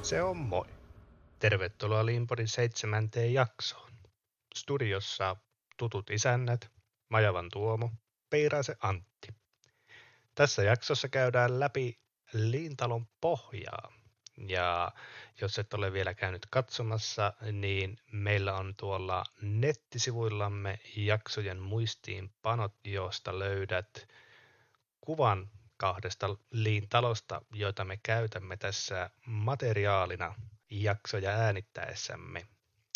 Se on moi. Tervetuloa Limpodin 7. jaksoon. Studiossa tutut isännät, Majavan Tuomo, Peirasen Antti. Tässä jaksossa käydään läpi Liintalon pohjaa. Ja jos et ole vielä käynyt katsomassa, niin meillä on tuolla nettisivuillamme jaksojen muistiinpanot, joista löydät kuvan 2 liintalosta, joita me käytämme tässä materiaalina jaksoja äänittäessämme.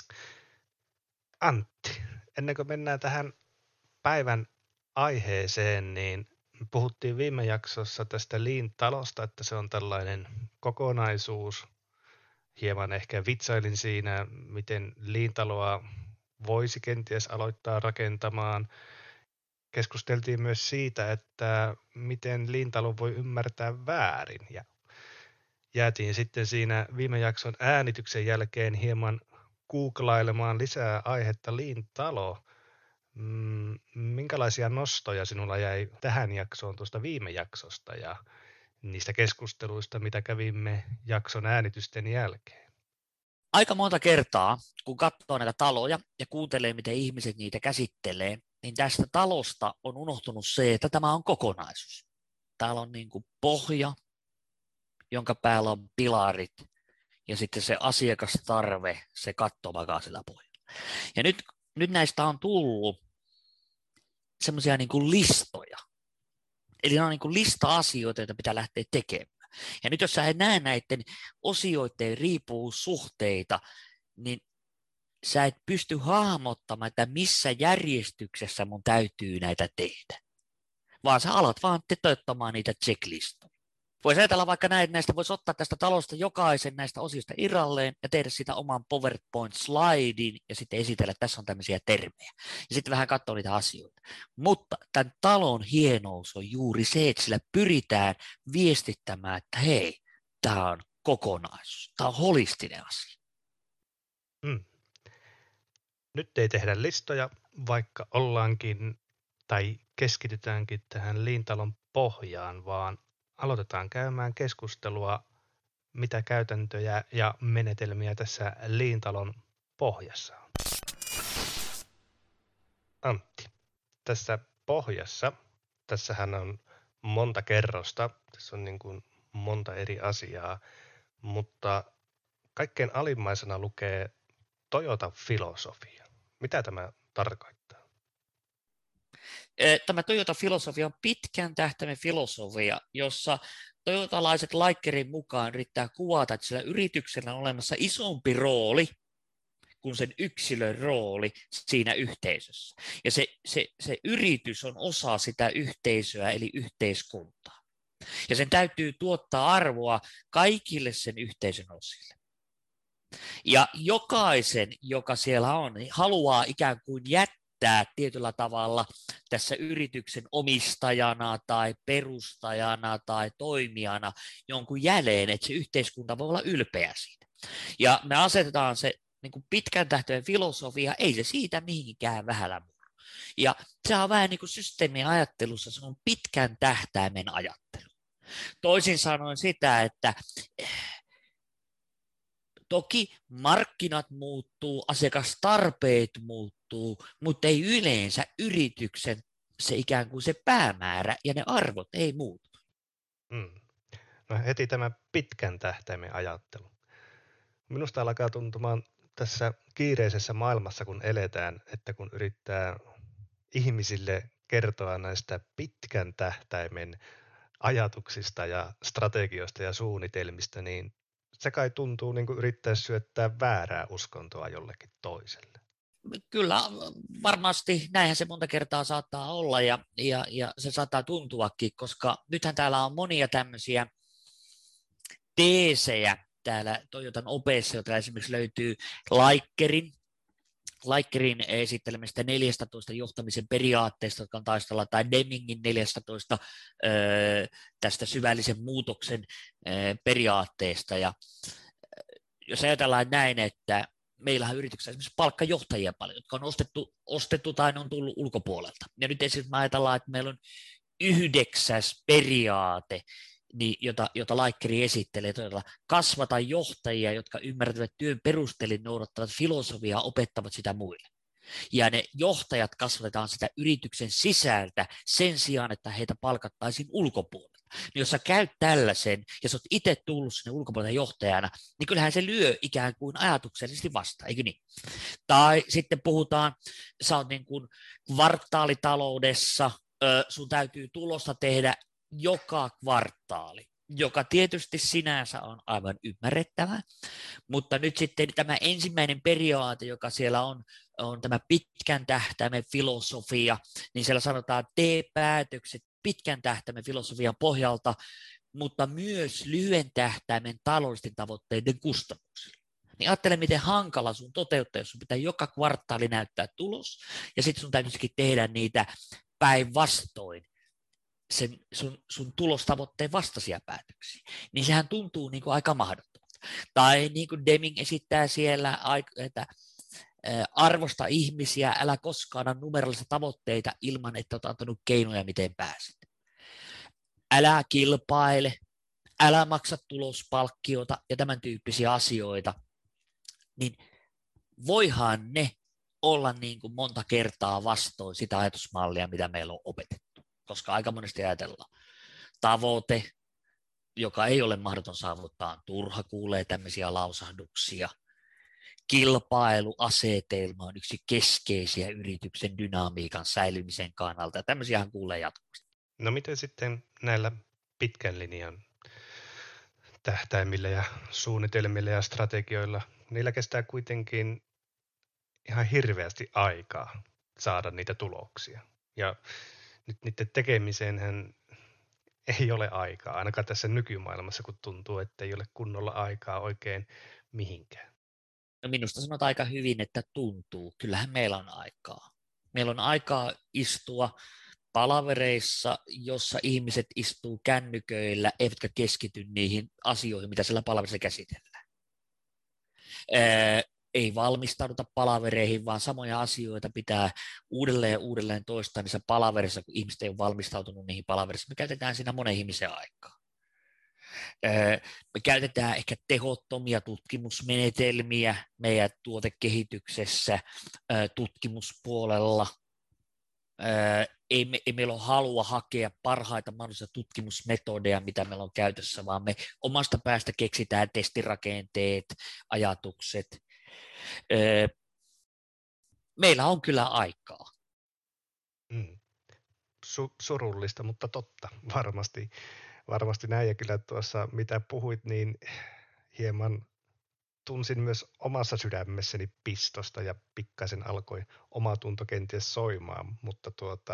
Antti, ennen kuin mennään tähän päivän aiheeseen, niin puhuttiin viime jaksossa tästä liintalosta, että se on tällainen kokonaisuus. Hieman ehkä vitsailin siinä, miten liintaloa voisi kenties aloittaa rakentamaan. Keskusteltiin myös siitä, että miten liintalon voi ymmärtää väärin, ja jäätiin sitten siinä viime jakson äänityksen jälkeen hieman googlailemaan lisää aihetta liintalo. Minkälaisia nostoja sinulla jäi tähän jaksoon tuosta viime jaksosta ja niistä keskusteluista, mitä kävimme jakson äänitysten jälkeen? Aika monta kertaa, kun katsoo näitä taloja ja kuuntelee, miten ihmiset niitä käsittelee, niin tästä talosta on unohtunut se, että tämä on kokonaisuus. Täällä on niin kuin pohja, jonka päällä on pilarit, ja sitten se asiakastarve, se katto makaa sillä pohjalla. Ja nyt näistä on tullut semmoisia niin kuin listoja. Eli ne on niin kuin lista-asioita, joita pitää lähteä tekemään. Ja nyt jos sä et näe näiden osioiden riippuvuussuhteita, niin sä et pysty hahmottamaan, että missä järjestyksessä mun täytyy näitä tehdä. Vaan sä alat vaan toteuttamaan niitä checklistoja. Voisi ajatella vaikka näin, että näistä voisi ottaa tästä talosta jokaisen näistä osioista irralleen ja tehdä sitä oman PowerPoint-slaidin ja sitten esitellä, että tässä on tämmöisiä termejä. Ja sitten vähän katsoa niitä asioita. Mutta tämän talon hienous on juuri se, että sillä pyritään viestittämään, että hei, tämä on kokonaisuus, tämä on holistinen asia. Nyt ei tehdä listoja, vaikka ollaankin tai keskitytäänkin tähän liintalon pohjaan, vaan aloitetaan käymään keskustelua, mitä käytäntöjä ja menetelmiä tässä liintalon pohjassa on. Antti, tässä pohjassa, tässähän on monta kerrosta, tässä on niin kuin monta eri asiaa, mutta kaikkein alimmaisena lukee Toyota-filosofia. Mitä tämä tarkoittaa? Tämä Toyota-filosofia on pitkän tähtäimen filosofia, jossa toyotalaiset Likerin mukaan yrittää kuvata, että sillä yrityksellä on olemassa isompi rooli kuin sen yksilön rooli siinä yhteisössä. Ja se yritys on osa sitä yhteisöä eli yhteiskuntaa. Ja sen täytyy tuottaa arvoa kaikille sen yhteisön osille. Ja jokaisen, joka siellä on, haluaa ikään kuin jättää tietyllä tavalla tässä yrityksen omistajana tai perustajana tai toimijana jonkun jälleen, että se yhteiskunta voi olla ylpeä siitä. Ja me asetetaan se niin kuin pitkän tähtäimen filosofia, ei se siitä mihinkään vähällä murru. Ja se on vähän niin kuin systeemin ajattelussa, se on pitkän tähtäimen ajattelu. Toisin sanoen sitä, että toki markkinat muuttuu, asiakastarpeet muuttuu, mutta ei yleensä yrityksen se ikään kuin se päämäärä ja ne arvot ei muutu. No heti tämä pitkän tähtäimen ajattelu. Minusta alkaa tuntumaan tässä kiireisessä maailmassa, kun eletään, että kun yrittää ihmisille kertoa näistä pitkän tähtäimen ajatuksista ja strategioista ja suunnitelmista, niin se kai tuntuu niin kuin yrittäisi syöttää väärää uskontoa jollekin toiselle. Kyllä, varmasti näinhän se monta kertaa saattaa olla ja se saattaa tuntuakin, koska nythän täällä on monia tämmöisiä teesejä täällä Toyotan opeissa, joita esimerkiksi löytyy Likerin esittelemistä 14 johtamisen periaatteesta, jotka on taistella, tai Demingin 14 tästä syvällisen muutoksen periaatteesta. Ja jos ajatellaan näin, että meillähän yrityksessä esimerkiksi palkkajohtajia paljon, jotka on ostettu tai ne on tullut ulkopuolelta. Ja nyt esimerkiksi me ajatellaan, että meillä on 9. periaate, jota Laikkeri esittelee, todella kasvata johtajia, jotka ymmärtävät työn perusteella, noudattavat filosofiaa, opettavat sitä muille. Ja ne johtajat kasvatetaan sitä yrityksen sisältä sen sijaan, että heitä palkattaisiin ulkopuolelta. Niin jos sä käyt tällaisen, ja sä oot itse tullut sinne ulkopuolelta johtajana, niin kyllähän se lyö ikään kuin ajatuksellisesti vastaan, eikö niin? Tai sitten puhutaan, sä oot niin kuin kvartaalitaloudessa, sun täytyy tulosta tehdä joka kvartaali, joka tietysti sinänsä on aivan ymmärrettävää, mutta nyt sitten tämä ensimmäinen periaate, joka siellä on tämä pitkän tähtäimen filosofia, niin siellä sanotaan, että tee päätökset pitkän tähtäimen filosofian pohjalta, mutta myös lyhyen tähtäimen taloudellisten tavoitteiden kustannuksilla. Niin ajattele, miten hankala sun toteuttaa, jos sun pitää joka kvartaali näyttää tulos, ja sitten sun täytyisikin tehdä niitä päinvastoin sun tulostavoitteen vastaisia päätöksiä. Niin sehän tuntuu niin kuin aika mahdottomalta. Tai niin kuin Deming esittää siellä, että arvosta ihmisiä, älä koskaan anna numerollisia tavoitteita ilman, että olet antanut keinoja, miten pääset. Älä kilpaile, älä maksa tulospalkkiota ja tämän tyyppisiä asioita, niin voihan ne olla niin kuin monta kertaa vastoin sitä ajatusmallia, mitä meillä on opetettu. Koska aika monesti ajatellaan, tavoite, joka ei ole mahdoton saavuttaa, on turha, kuulee tämmöisiä lausahduksia. Kilpailuasetelma on yksi keskeisiä yrityksen dynamiikan säilymisen kannalta, ja tämmöisiähän kuulee jatkuvasti. No miten sitten näillä pitkän linjan tähtäimillä ja suunnitelmilla ja strategioilla, niillä kestää kuitenkin ihan hirveästi aikaa saada niitä tuloksia. Ja nyt niiden tekemiseenhän ei ole aikaa, ainakaan tässä nykymaailmassa, kun tuntuu, että ei ole kunnolla aikaa oikein mihinkään. No minusta sanot aika hyvin, että tuntuu. Kyllähän meillä on aikaa. Meillä on aikaa istua palavereissa, jossa ihmiset istuu kännyköillä, eivätkä keskity niihin asioihin, mitä siellä palaverissa käsitellään. Ei valmistauduta palavereihin, vaan samoja asioita pitää uudelleen toistaa niissä palaverissa, kun ihmiset ei ole valmistautunut niihin palaverissa. Me käytetään siinä monen ihmisen aikaa. Me käytetään ehkä tehottomia tutkimusmenetelmiä meidän tuotekehityksessä, tutkimuspuolella. Ei meillä ole halua hakea parhaita mahdollisia tutkimusmetodeja, mitä meillä on käytössä, vaan me omasta päästä keksitään testirakenteet, ajatukset. Meillä on kyllä aikaa. Surullista, mutta totta. Varmasti näin. Ja kyllä tuossa, mitä puhuit, niin hieman tunsin myös omassa sydämessäni pistosta ja pikkaisen alkoi oma tunto kenties soimaan. Mutta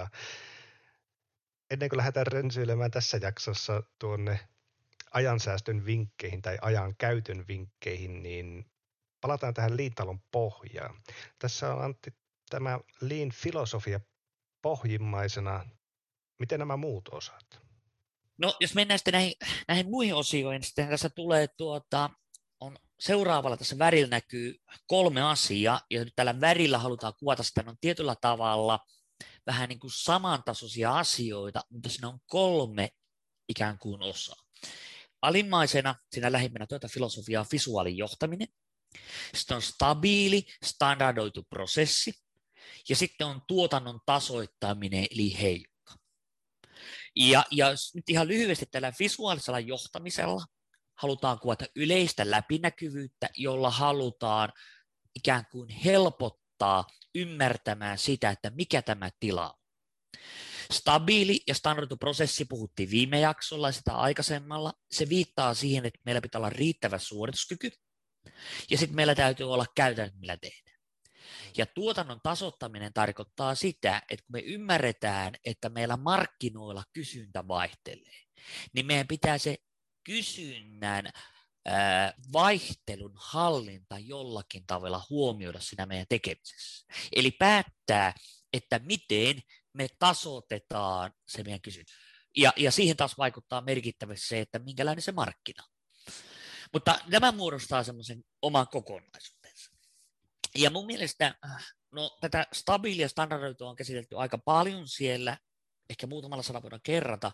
ennen kuin lähdetään rönsyilemään tässä jaksossa tuonne ajansäästön vinkkeihin tai ajan käytön vinkkeihin, niin palataan tähän Lean-talon pohjaan. Tässä on, Antti, tämä Lean-filosofia pohjimmaisena. Miten nämä muut osat? No, jos mennään sitten näihin muihin osioihin, niin sitten tässä tulee on seuraavalla tässä värillä näkyy 3 asiaa, ja nyt tällä värillä halutaan kuvata sitä, on tietyllä tavalla vähän niin kuin samantasoisia asioita, mutta siinä on 3 ikään kuin osaa. Alimmaisena siinä lähimpänä filosofiaa on visuaalijohtaminen, sitten on stabiili, standardoitu prosessi, ja sitten on tuotannon tasoittaminen, eli heijukka. Ja nyt ihan lyhyesti tällä visuaalisella johtamisella halutaan kuvata yleistä läpinäkyvyyttä, jolla halutaan ikään kuin helpottaa ymmärtämään sitä, että mikä tämä tila on. Stabiili ja standardoitu prosessi puhuttiin viime jaksolla ja sitä aikaisemmalla. Se viittaa siihen, että meillä pitää olla riittävä suorituskyky ja sitten meillä täytyy olla käytännöt, millä tehdään. Ja tuotannon tasoittaminen tarkoittaa sitä, että kun me ymmärretään, että meillä markkinoilla kysyntä vaihtelee, niin meidän pitää se kysynnän vaihtelun hallinta jollakin tavalla huomioida siinä meidän tekemisessä. Eli päättää, että miten me tasoitetaan se meidän kysyntä. Ja siihen taas vaikuttaa merkittävästi se, että minkälainen se markkina. Mutta nämä muodostaa semmoisen oman kokonaisuutensa. Ja mun mielestä tätä stabiilia standardoitua on käsitelty aika paljon siellä, ehkä muutamalla sanalla voidaan kerrata,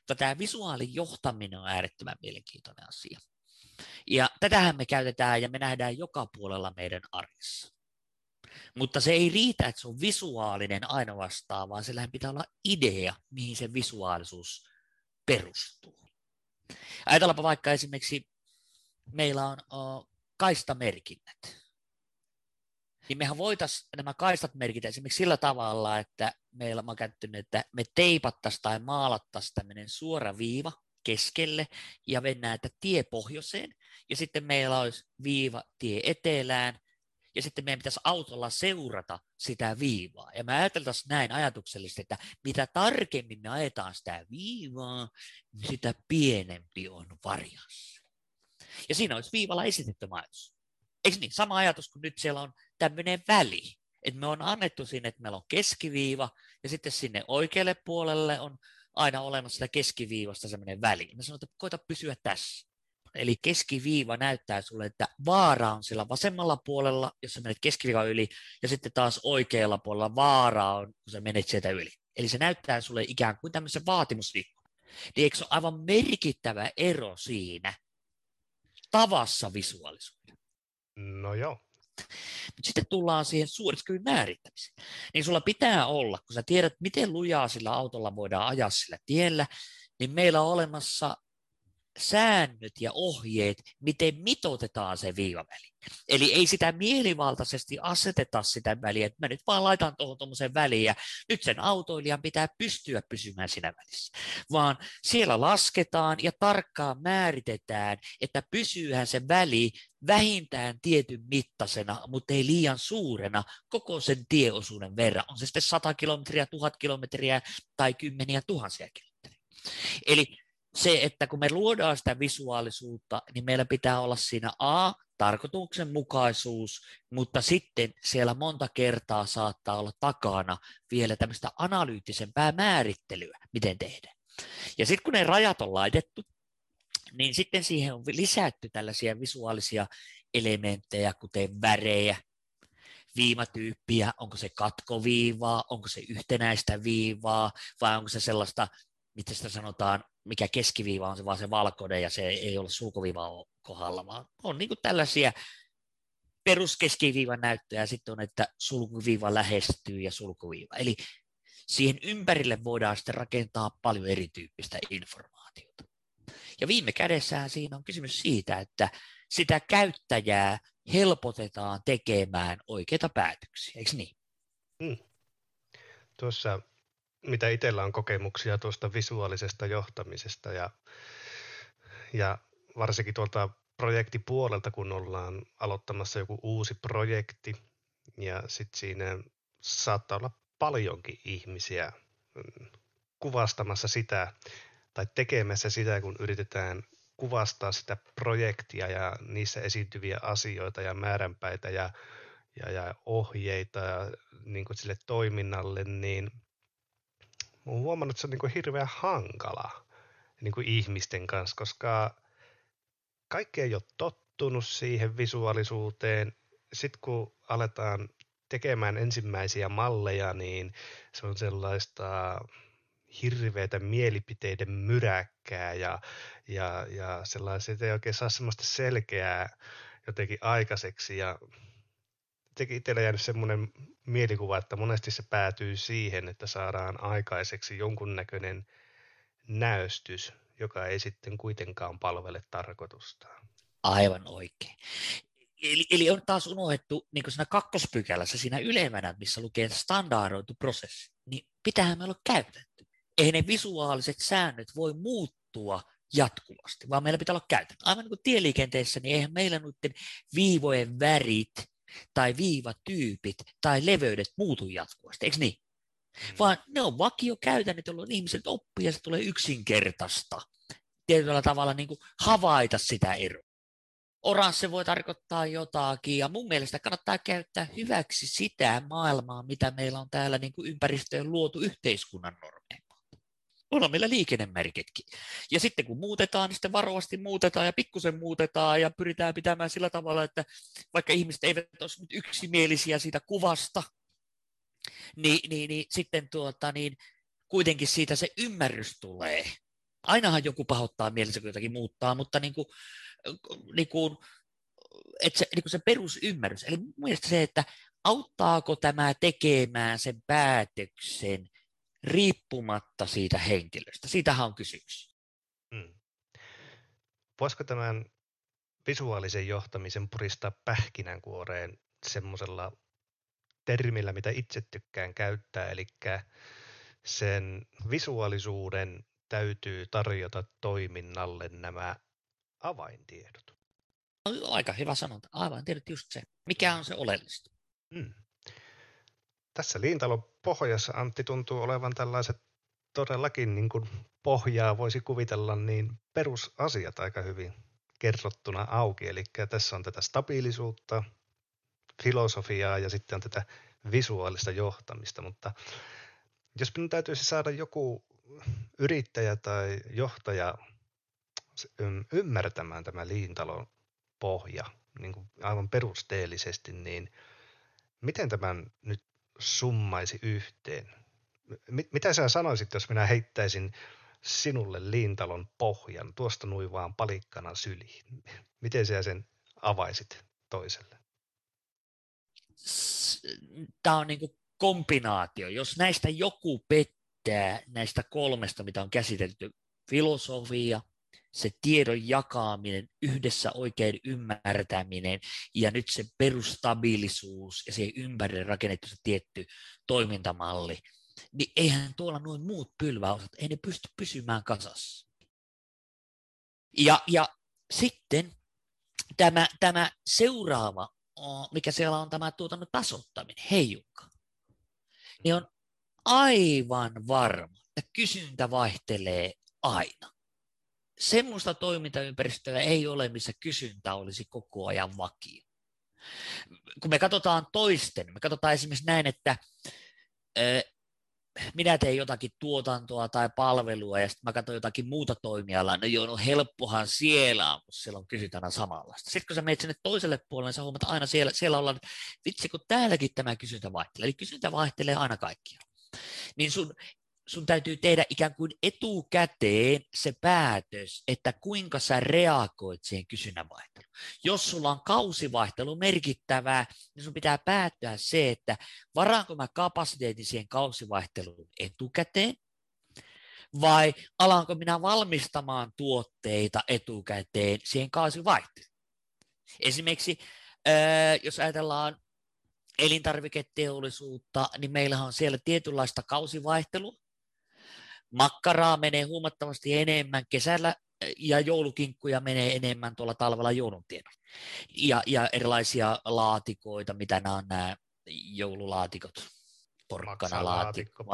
Mutta tämä visuaalijohtaminen on äärettömän mielenkiintoinen asia. Ja tätähän me käytetään ja me nähdään joka puolella meidän arjessa. Mutta se ei riitä, että se on visuaalinen ainoastaan, vaan sillähän pitää olla idea, mihin se visuaalisuus perustuu. Ajatellaanpa vaikka esimerkiksi, meillä on kaistamerkinnät. Niin mehän voitaisiin nämä kaistat merkitä esimerkiksi sillä tavalla, että meillä on käyttänyt, että me teipattaisiin tai maalattaisiin tämmöinen suora viiva keskelle ja mennään tie pohjoiseen. Ja sitten meillä olisi viiva tie etelään. Ja sitten meidän pitäisi autolla seurata sitä viivaa. Ja me ajateltaisiin näin ajatuksellisesti, että mitä tarkemmin me ajetaan sitä viivaa, niin sitä pienempi on varianssi. Ja siinä olisi viivalla esitetty ajatus. Eikö niin? Sama ajatus kuin nyt siellä on tämmöinen väli. Että me on annettu sinne, että meillä on keskiviiva, ja sitten sinne oikealle puolelle on aina olemassa sitä keskiviivasta semmoinen väli. Me sanotaan, että koita pysyä tässä. Eli keskiviiva näyttää sulle, että vaara on sillä vasemmalla puolella, jos sä menet keskiviivan yli, ja sitten taas oikealla puolella vaara on, kun sä menet sieltä yli. Eli se näyttää sulle ikään kuin tämmöisen vaatimusviikon. Niin eikö se ole aivan merkittävä ero siinä tavassa visuaalisuuden? No joo. Mutta sitten tullaan siihen suorituskyvyn määrittämiseen. Niin sulla pitää olla, kun sä tiedät, miten lujaa sillä autolla voidaan ajaa sillä tiellä, niin meillä on olemassa säännöt ja ohjeet, miten mitoitetaan se viivaväli. Eli ei sitä mielivaltaisesti aseteta sitä väliä, että mä nyt vaan laitan tuohon väliin ja nyt sen autoilijan pitää pystyä pysymään siinä välissä. Vaan siellä lasketaan ja tarkkaan määritetään, että pysyyhän se väli vähintään tietyn mittaisena, mutta ei liian suurena koko sen tieosuuden verran. On se sitten 100 kilometriä, 1000 kilometriä tai kymmeniä tuhansia kilometriä. Eli se, että kun me luodaan sitä visuaalisuutta, niin meillä pitää olla siinä tarkoituksenmukaisuus, mutta sitten siellä monta kertaa saattaa olla takana vielä tämmöistä analyyttisempää määrittelyä, miten tehdään. Ja sitten kun ne rajat on laitettu, niin sitten siihen on lisätty tällaisia visuaalisia elementtejä, kuten värejä, viivatyyppiä, onko se katkoviivaa, onko se yhtenäistä viivaa, vai onko se sellaista, mitä sitä sanotaan, mikä keskiviiva on se vaan se valkoinen ja se ei ole sulkuviiva kohdalla, vaan on niin kuin tällaisia peruskeskiviivan näyttöjä ja sitten on, että sulkuviiva lähestyy ja sulkuviiva. Eli siihen ympärille voidaan sitten rakentaa paljon erityyppistä informaatiota. Ja viime kädessään siinä on kysymys siitä, että sitä käyttäjää helpotetaan tekemään oikeita päätöksiä, eikö niin? Tuossa, mitä itsellä on kokemuksia tuosta visuaalisesta johtamisesta ja varsinkin tuolta projektipuolelta, kun ollaan aloittamassa joku uusi projekti ja sitten siinä saattaa olla paljonkin ihmisiä kuvastamassa sitä tai tekemässä sitä, kun yritetään kuvastaa sitä projektia ja niissä esiintyviä asioita ja määränpäitä ja ohjeita ja niin kuin sille toiminnalle, niin olen huomannut, että se on niin kuin hirveän hankala niin kuin ihmisten kanssa, koska kaikki ei ole tottunut siihen visuaalisuuteen. Sitten kun aletaan tekemään ensimmäisiä malleja, niin se on sellaista hirveätä mielipiteiden myräkkää ja sellaiset ei oikein saa semmoista selkeää jotenkin aikaiseksi. Ja jotenkin itsellä jäänyt semmoinen mielikuva, että monesti se päätyy siihen, että saadaan aikaiseksi jonkunnäköinen näystys, joka ei sitten kuitenkaan palvele tarkoitustaan. Aivan oikein. Eli on taas unohdettu niin kuin siinä kakkospykälässä, siinä ylemmänä, missä lukee standardoitu prosessi, niin pitäähän me olla käytetty. Ei ne visuaaliset säännöt voi muuttua jatkuvasti, vaan meillä pitää olla käytetty. Aivan niin kuin tieliikenteessä, niin eihän meillä noiden viivojen värit tai viivatyypit tai leveydet muutu jatkuvasti, eikö niin? Vaan ne on vakiokäytännöt, jolloin ihmiset oppii ja se tulee yksinkertaista. Tietyllä tavalla niin kuin havaita sitä eroa. Oranssi voi tarkoittaa jotakin, ja mun mielestä kannattaa käyttää hyväksi sitä maailmaa, mitä meillä on täällä niin kuin ympäristöön luotu yhteiskunnan normeja. On meillä liikennemerkitkin. Ja sitten kun muutetaan, niin sitten varovasti muutetaan ja pikkusen muutetaan ja pyritään pitämään sillä tavalla, että vaikka ihmiset eivät ole nyt yksimielisiä siitä kuvasta, niin sitten kuitenkin siitä se ymmärrys tulee, ainahan joku pahoittaa mielensä, kun jotakin muuttaa, mutta niin kuin, että se, niin kuin se perusymmärrys. Eli mun mielestä se, että auttaako tämä tekemään sen päätöksen riippumatta siitä henkilöstä. Siitähän on kysymys. Mm. Voisiko tämän visuaalisen johtamisen puristaa pähkinänkuoreen semmoisella termillä, mitä itse tykkään käyttää, eli sen visuaalisuuden täytyy tarjota toiminnalle nämä avaintiedot. Aika hyvä sanonta. Aivan, tiedät just se. Mikä on se oleellista? Mm. Tässä Liintalon pohjassa, Antti, tuntuu olevan tällaiset todellakin niin kuin pohjaa voisi kuvitella niin perusasiat aika hyvin kerrottuna auki. Eli tässä on tätä stabiilisuutta, filosofiaa ja sitten on tätä visuaalista johtamista, mutta jos minun täytyisi saada joku yrittäjä tai johtaja ymmärtämään tämä Liintalon pohja niin kuin aivan perusteellisesti, niin miten tämän nyt summaisi yhteen? Mitä sä sanoisit, jos minä heittäisin sinulle Liintalon pohjan tuosta nuin vaan palikkana syliin? Miten sä sen avaisit toiselle? Tämä on niin kuin kombinaatio. Jos näistä joku pettää näistä kolmesta, mitä on käsitelty, filosofia, se tiedon jakaminen, yhdessä oikein ymmärtäminen ja nyt se perustabiilisuus ja siihen ympärille rakennettu se tietty toimintamalli, niin eihän tuolla noin muut pylväosat, ei ne pysty pysymään kasassa. Ja sitten tämä seuraava, mikä siellä on tämä tuotannon tasoittaminen, hei Jukka, niin on aivan varma, että kysyntä vaihtelee aina. Semmoista toimintaympäristöä ei ole, missä kysyntä olisi koko ajan vakio. Kun me katsotaan me katsotaan esimerkiksi näin, että minä teen jotakin tuotantoa tai palvelua ja sitten mä katson jotakin muuta toimialaa, no helppohan siellä on, kun siellä on kysyntänä samanlaista. Sitten kun sä menet sinne toiselle puolelle, niin sä huomaat aina siellä ollaan, vitsi kun täälläkin tämä kysyntä vaihtelee, eli kysyntä vaihtelee aina kaikkialla. Niin sun täytyy tehdä ikään kuin etukäteen se päätös, että kuinka sä reagoit siihen kysynnän vaihteluun. Jos sulla on kausivaihtelu merkittävää, niin sun pitää päättää se, että varaanko mä kapasiteetin siihen kausivaihteluun etukäteen, vai alanko minä valmistamaan tuotteita etukäteen siihen kausivaihteluun. Esimerkiksi jos ajatellaan elintarviketeollisuutta, niin meillähän on siellä tietynlaista kausivaihtelua. Makkaraa menee huomattavasti enemmän kesällä ja joulukinkkuja menee enemmän tuolla talvella jouluntienolla. Ja erilaisia laatikoita, mitä nämä joululaatikot, porkkanalaatikko,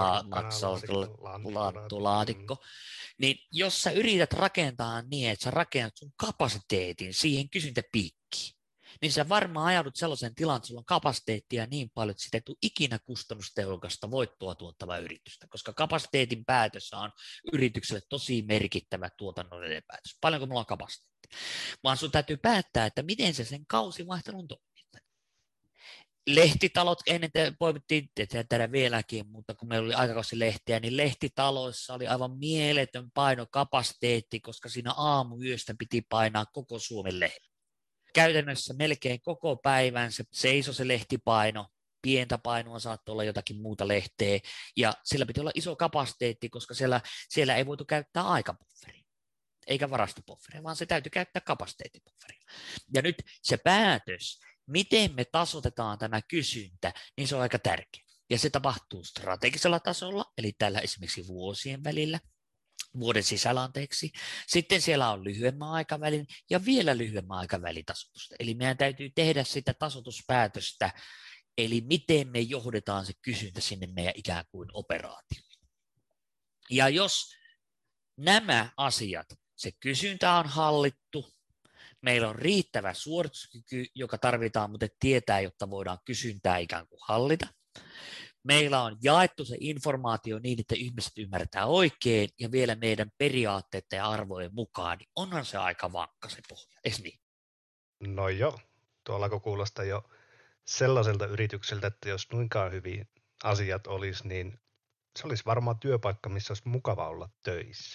laatikko. Niin jos sä yrität rakentaa niin, että sä rakennat sun kapasiteetin siihen kysyntäpiikkiin, niin sä varmaan ajaudut sellaisen tilaan, että sulla on kapasiteettia niin paljon, että siitä ei tule ikinä kustannustehokasta voittoa tuottavaa yritystä, koska kapasiteetin päätös on yritykselle tosi merkittävä tuotannollinen päätös. Paljonko mulla on kapasiteettia? Vaan sun täytyy päättää, että miten se sen kausivaihtelun toimii. Lehtitalot, ennen poimittiin tehdä vieläkin, mutta kun meillä oli aikakausilehtiä, niin lehtitaloissa oli aivan mieletön painokapasiteetti, koska siinä aamuyöstä piti painaa koko Suomen lehti. Käytännössä melkein koko päivän se seisoi se lehtipaino, pientä painoa saattoi olla jotakin muuta lehteä, ja sillä piti olla iso kapasiteetti, koska siellä ei voitu käyttää aikapufferia, eikä varastopufferia, vaan se täytyy käyttää kapasiteettipufferia. Ja nyt se päätös, miten me tasoitetaan tämä kysyntä, niin se on aika tärkeä. Ja se tapahtuu strategisella tasolla, eli tällä esimerkiksi vuoden sisällä anteeksi. Sitten siellä on lyhyemmän aikavälin ja vielä lyhyemmän aikavälin tasoitusta. Eli meidän täytyy tehdä sitä tasoituspäätöstä, eli miten me johdetaan se kysyntä sinne meidän ikään kuin operaatioon. Ja jos nämä asiat, se kysyntä on hallittu, meillä on riittävä suorituskyky, joka tarvitaan, mutta tietää, jotta voidaan kysyntää ikään kuin hallita. Meillä on jaettu se informaatio niin, että ihmiset ymmärtää oikein ja vielä meidän periaatteiden ja arvojen mukaan, niin onhan se aika vankka se pohja, eikö niin? No joo, tuolla kun kuulostaa jo sellaiselta yritykseltä, että jos nuinkaan hyvin asiat olisi, niin se olisi varmaan työpaikka, missä olisi mukava olla töissä.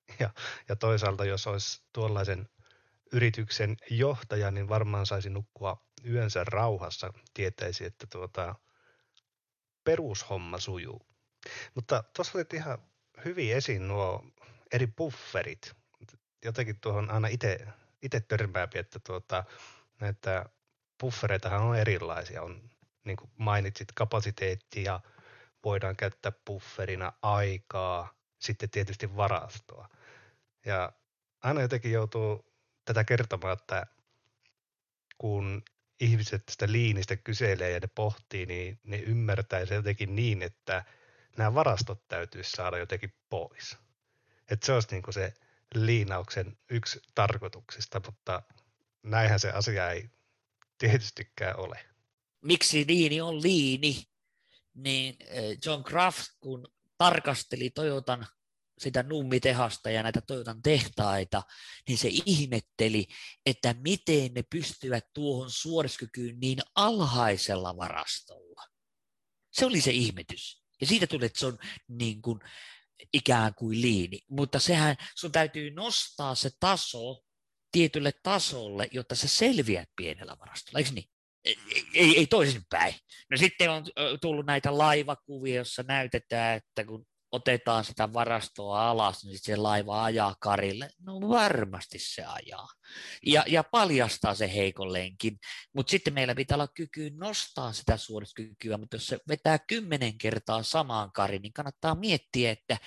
Ja toisaalta, jos olisi tuollaisen yrityksen johtaja, niin varmaan saisi nukkua yönsä rauhassa, tietäisi, että perushomma sujuu. Mutta tuossa olit ihan hyvin esiin nuo eri bufferit. Jotenkin tuohon aina itse törmääpi, että näitä buffereitahan on erilaisia. On, niin kuin mainitsit, kapasiteetti ja voidaan käyttää bufferina aikaa, sitten tietysti varastoa. Ja aina jotenkin joutuu tätä kertomaan, että kun ihmiset tästä liinistä kyselee ja ne pohtii, niin ne ymmärtää se jotenkin niin, että nämä varastot täytyisi saada jotenkin pois. Että se olisi niin kuin se liinauksen yksi tarkoituksista, mutta näinhän se asia ei tietystikään ole. Miksi liini on liini? Niin John Kraft, kun tarkasteli Toyotan sitä nummitehasta ja näitä Toyotan tehtaita, niin se ihmetteli, että miten ne pystyvät tuohon suorituskykyyn niin alhaisella varastolla. Se oli se ihmetys. Ja siitä tuli, että se on niin kuin ikään kuin liini. Mutta sehän sun täytyy nostaa se taso tietylle tasolle, jotta sä selviät pienellä varastolla, eikö niin? Ei toisinpäin. No sitten on tullut näitä laivakuvia, joissa näytetään, että kun otetaan sitä varastoa alas, niin sitten se laiva ajaa karille. No varmasti se ajaa. Ja paljastaa se heikon lenkin. Mutta sitten meillä pitää olla kyky nostaa sitä suorituskykyä, mutta jos se vetää 10 kertaa samaan kariin, niin kannattaa miettiä, että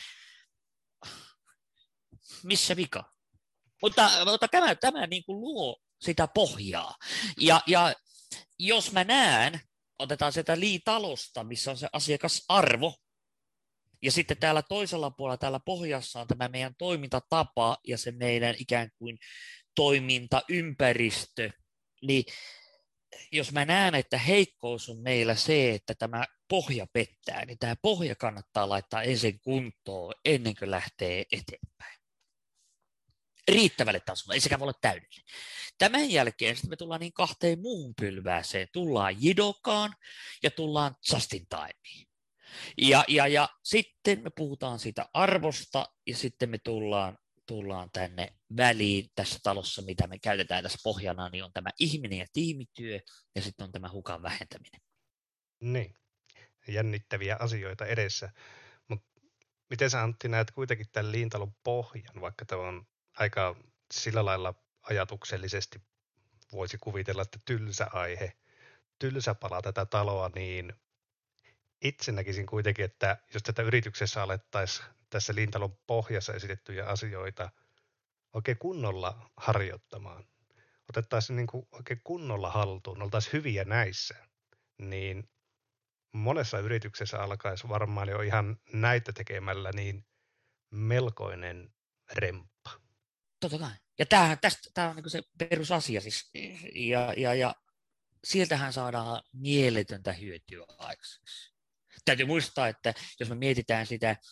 missä vika. Mutta tämä niin kuin luo sitä pohjaa. Ja jos mä näen, otetaan sieltä Lee-talosta, missä on se asiakasarvo, ja sitten täällä toisella puolella, täällä pohjassa on tämä meidän toimintatapa ja se meidän ikään kuin toimintaympäristö, niin jos mä näen, että heikkous on meillä se, että tämä pohja pettää, niin tämä pohja kannattaa laittaa ensin kuntoon ennen kuin lähtee eteenpäin. Riittävälle tasolle, ei sekään voi olla täydellinen. Tämän jälkeen sitten me tullaan niin 2 muuhun pylvääseen. Tullaan jidokaan ja tullaan just in timeen. Ja sitten me puhutaan siitä arvosta ja sitten me tullaan tänne väliin tässä talossa, mitä me käytetään tässä pohjana, niin on tämä ihminen ja tiimityö ja sitten on tämä hukan vähentäminen. Niin, jännittäviä asioita edessä. Mutta miten sä, Antti, näet kuitenkin tämän Liintalon pohjan, vaikka tämä on aika sillä lailla ajatuksellisesti voisi kuvitella, että tylsä aihe, tylsä pala tätä taloa, niin itse näkisin kuitenkin, että jos tätä yrityksessä alettaisiin tässä Liintalon pohjassa esitettyjä asioita oikein kunnolla harjoittamaan, otettaisiin niin kuin oikein kunnolla haltuun, oltaisiin hyviä näissä, niin monessa yrityksessä alkaisi varmaan jo ihan näitä tekemällä niin melkoinen remppa. Totta kai. Ja tämä on niin se perusasia siis. Ja sieltähän saadaan mieletöntä hyötyä aikaiseksi. Täytyy muistaa, että jos me mietitään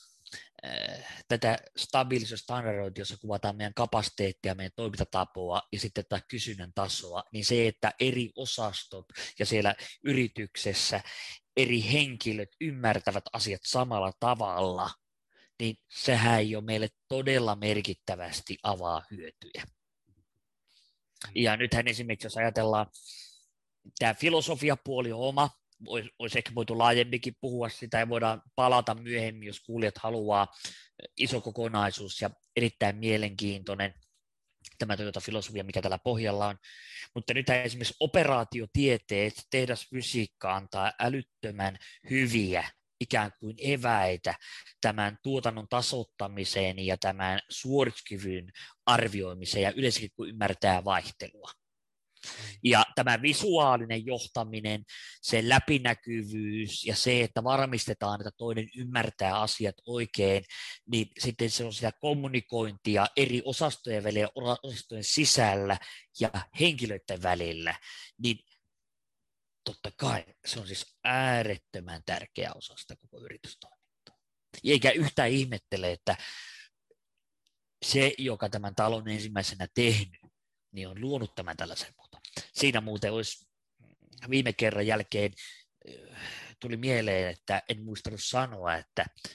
tätä stabiilisuusstandardointia, jossa kuvataan meidän kapasiteettia, meidän toimintatapoa ja sitten tätä kysynnän tasoa, niin se, että eri osastot ja siellä yrityksessä eri henkilöt ymmärtävät asiat samalla tavalla, niin sehän jo meille todella merkittävästi avaa hyötyjä. Ja nythän esimerkiksi, jos ajatellaan, tämä filosofiapuoli on oma, olisi ehkä voitu laajemminkin puhua sitä ja voidaan palata myöhemmin, jos kuulijat haluaa, iso kokonaisuus ja erittäin mielenkiintoinen tämä Toyota-filosofia, mikä tällä pohjalla on. Mutta nyt esimerkiksi operaatiotieteet, tehdasfysiikka antaa älyttömän hyviä ikään kuin eväitä tämän tuotannon tasoittamiseen ja tämän suorituskyvyn arvioimiseen ja yleensäkin kun ymmärtää vaihtelua. Ja tämä visuaalinen johtaminen, se läpinäkyvyys ja se, että varmistetaan, että toinen ymmärtää asiat oikein, niin sitten se on sitä kommunikointia eri osastojen välillä, osastojen sisällä ja henkilöiden välillä, niin totta kai se on siis äärettömän tärkeä osa sitä koko yritystoimintaa. Eikä yhtään ihmettele, että se, joka tämän talon ensimmäisenä tehnyt, niin on luonut tämän tällaisen muuta. Siinä muuten olisi viime kerran jälkeen tuli mieleen, että en muistanut sanoa, että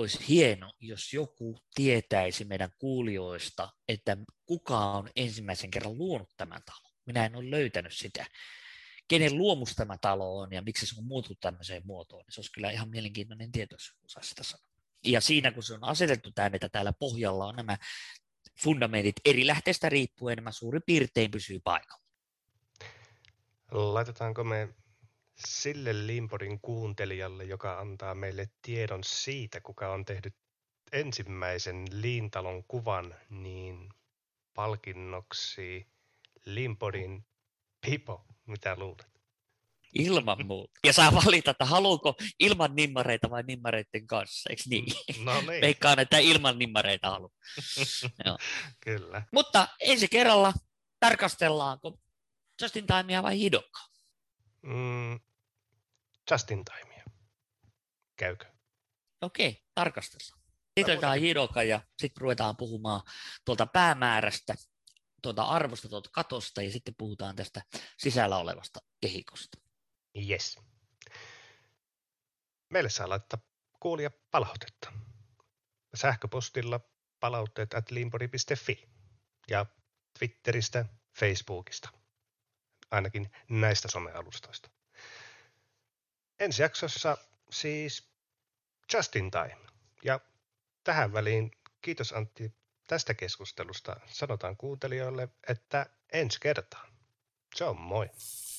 olisi hieno, jos joku tietäisi meidän kuulijoista, että kuka on ensimmäisen kerran luonut tämän talon. Minä en ole löytänyt sitä. Kenen luomus tämä talo on ja miksi se on muuttunut tämmöiseen muotoon. Niin se olisi kyllä ihan mielenkiintoinen tieto, jos osaa sitä sanoa. Ja siinä, kun se on asetettu tänne, että täällä pohjalla on nämä fundamentit eri lähteistä riippuen, nämä suurin piirtein pysyy paikalla. Laitetaanko me sille Limpodin kuuntelijalle, joka antaa meille tiedon siitä, kuka on tehnyt ensimmäisen Liintalon kuvan, niin palkinnoksi Limpodin pipo, mitä luulet? Ilman muuta. Ja saa valita, että haluuko ilman nimmareita vai nimmareiden kanssa, eikö niin? No niin. Veikkaan, että ilman nimmareita haluaa. Kyllä. Mutta ensi kerralla tarkastellaanko Just in Timea vai Hidokaa? Just in Timea. Käykö? Okei, tarkastellaan. Sitten otetaan Hidoka ja sitten ruvetaan puhumaan tuolta päämäärästä, tuolta arvosta, tuolta katosta ja sitten puhutaan tästä sisällä olevasta kehikosta. Yes. Meille saa laittaa kuulia palautetta. Sähköpostilla palautteet@limpodi.fi ja Twitteristä, Facebookista. Ainakin näistä somealustoista. Ensi jaksossa siis Just in Time. Ja tähän väliin kiitos Antti tästä keskustelusta. Sanotaan kuuntelijoille, että ensi kertaan. Se on moi.